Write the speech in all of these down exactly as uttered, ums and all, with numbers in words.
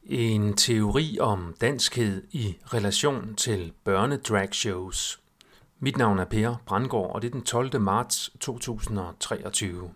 En teori om danskhed i relation til børnedragshows. Mit navn er Per Brandgaard, og det er den tolvte marts to tusind og treogtyve.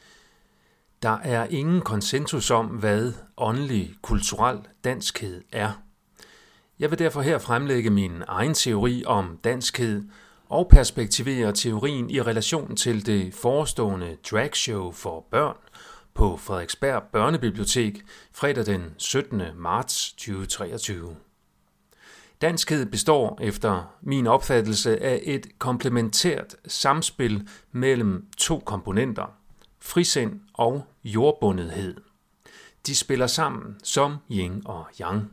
Der er ingen konsensus om, hvad åndelig, kulturel danskhed er. Jeg vil derfor her fremlægge min egen teori om danskhed og perspektivere teorien i relation til det forestående dragshow for børn på Frederiksberg Børnebibliotek fredag den syttende marts to tusind og treogtyve. Danskhed består efter min opfattelse af et komplementært samspil mellem to komponenter, frisind og jordbundethed. De spiller sammen som yin og yang.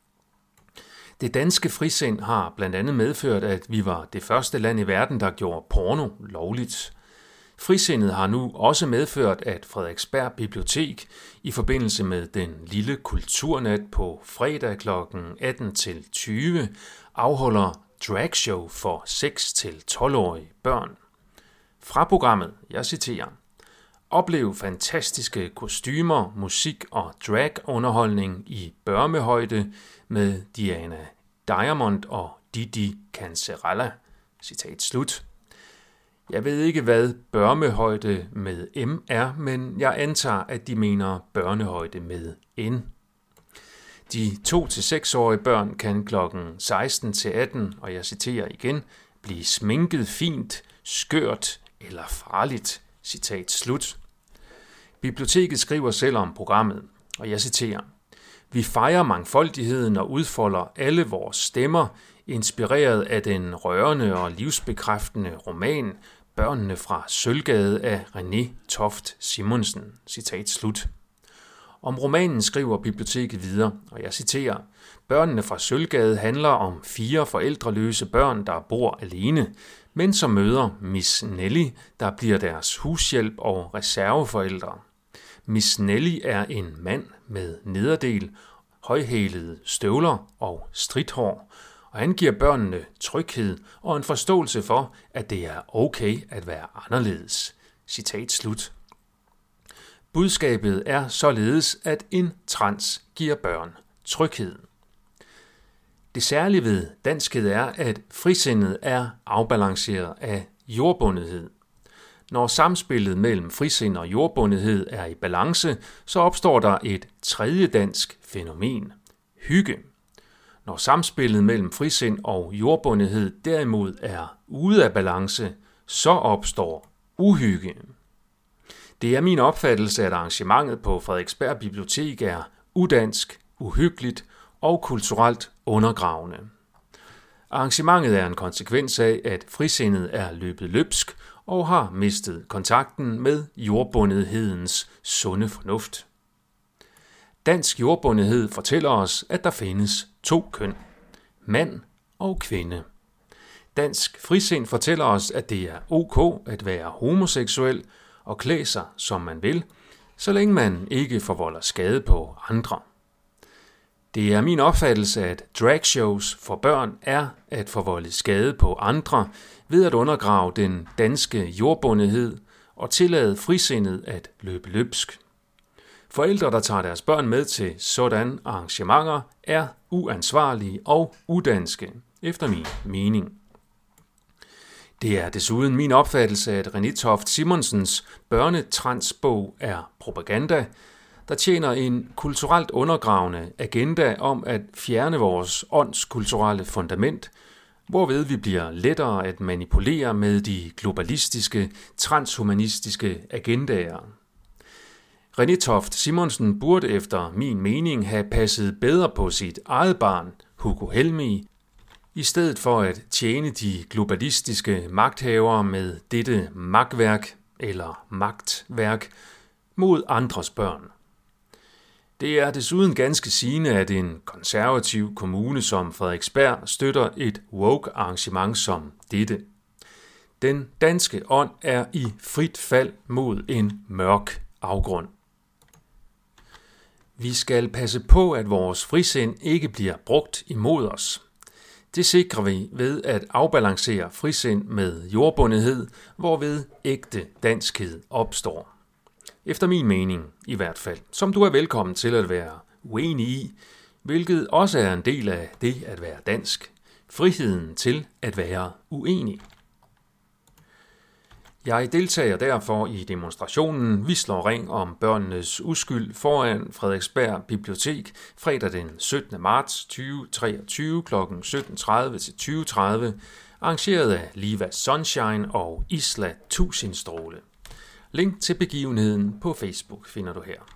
Det danske frisind har blandt andet medført, at vi var det første land i verden, der gjorde porno lovligt. Frisindet har nu også medført, at Frederiksberg Bibliotek i forbindelse med den lille kulturnat på fredag kl. atten til tyve afholder dragshow for seks til tolv-årige børn. Fra programmet, jeg citerer, oplev fantastiske kostymer, musik og dragunderholdning i børmehøjde med Diana Diamond og Didi Cancerella. Citat slut. Jeg ved ikke, hvad børmehøjde med M er, men jeg antager, at de mener børnehøjde med N. De to til seks-årige børn kan klokken seksten til atten, og jeg citerer igen, blive sminket fint, skørt eller farligt. Citat slut. Biblioteket skriver selv om programmet, og jeg citerer, vi fejrer mangfoldigheden og udfolder alle vores stemmer, inspireret af den rørende og livsbekræftende roman Børnene fra Sølvgade af René Toft Simonsen. Citat slut. Om romanen skriver biblioteket videre, og jeg citerer, Børnene fra Sølvgade handler om fire forældreløse børn, der bor alene, men som møder Miss Nelly, der bliver deres hushjælp og reserveforældre. Miss Nelly er en mand med nederdel, højhælede støvler og stridthår, og han giver børnene tryghed og en forståelse for, at det er okay at være anderledes. Citat slut. Budskabet er således, at en trans giver børn tryghed. Det særlige ved danskhed er, at frisindet er afbalanceret af jordbundethed. Når samspillet mellem frisind og jordbundethed er i balance, så opstår der et tredje dansk fænomen, hygge. Når samspillet mellem frisind og jordbundethed derimod er ude af balance, så opstår uhygge. Det er min opfattelse, at arrangementet på Frederiksberg Bibliotek er udansk, uhyggeligt og kulturelt undergravende. Arrangementet er en konsekvens af, at frisindet er løbet løbsk og har mistet kontakten med jordbundethedens sunde fornuft. Dansk jordbundethed fortæller os, at der findes to køn, mand og kvinde. Dansk frisind fortæller os, at det er ok at være homoseksuel og klæde sig, som man vil, så længe man ikke forvolder skade på andre. Det er min opfattelse, at dragshows for børn er at forvolde skade på andre ved at undergrave den danske jordbundethed og tillade frisindet at løbe løbsk. Forældre, der tager deres børn med til sådan arrangementer, er uansvarlige og udanske, efter min mening. Det er desuden min opfattelse, at René Toft Simonsens børnetransbog er propaganda, der tjener en kulturelt undergravende agenda om at fjerne vores åndskulturelle fundament, hvorved vi bliver lettere at manipulere med de globalistiske, transhumanistiske agendaer. René Toft Simonsen burde efter min mening have passet bedre på sit eget barn, Hugo Helmig, i stedet for at tjene de globalistiske magthavere med dette magtværk eller magtværk mod andres børn. Det er desuden ganske sigende, at en konservativ kommune som Frederiksberg støtter et woke-arrangement som dette. Den danske ånd er i frit fald mod en mørk afgrund. Vi skal passe på, at vores frisind ikke bliver brugt imod os. Det sikrer vi ved at afbalancere frisind med jordbundethed, hvorved ægte danskhed opstår. Efter min mening i hvert fald, som du er velkommen til at være uenig i, hvilket også er en del af det at være dansk. Friheden til at være uenig. Jeg deltager derfor i demonstrationen Vi slår ring om børnenes uskyld foran Frederiksberg Bibliotek fredag den syttende marts to tusind og treogtyve kl. sytten tredive til tyve tredive, arrangeret af Liva Sunshine og Isla Tusindstråle. Link til begivenheden på Facebook finder du her.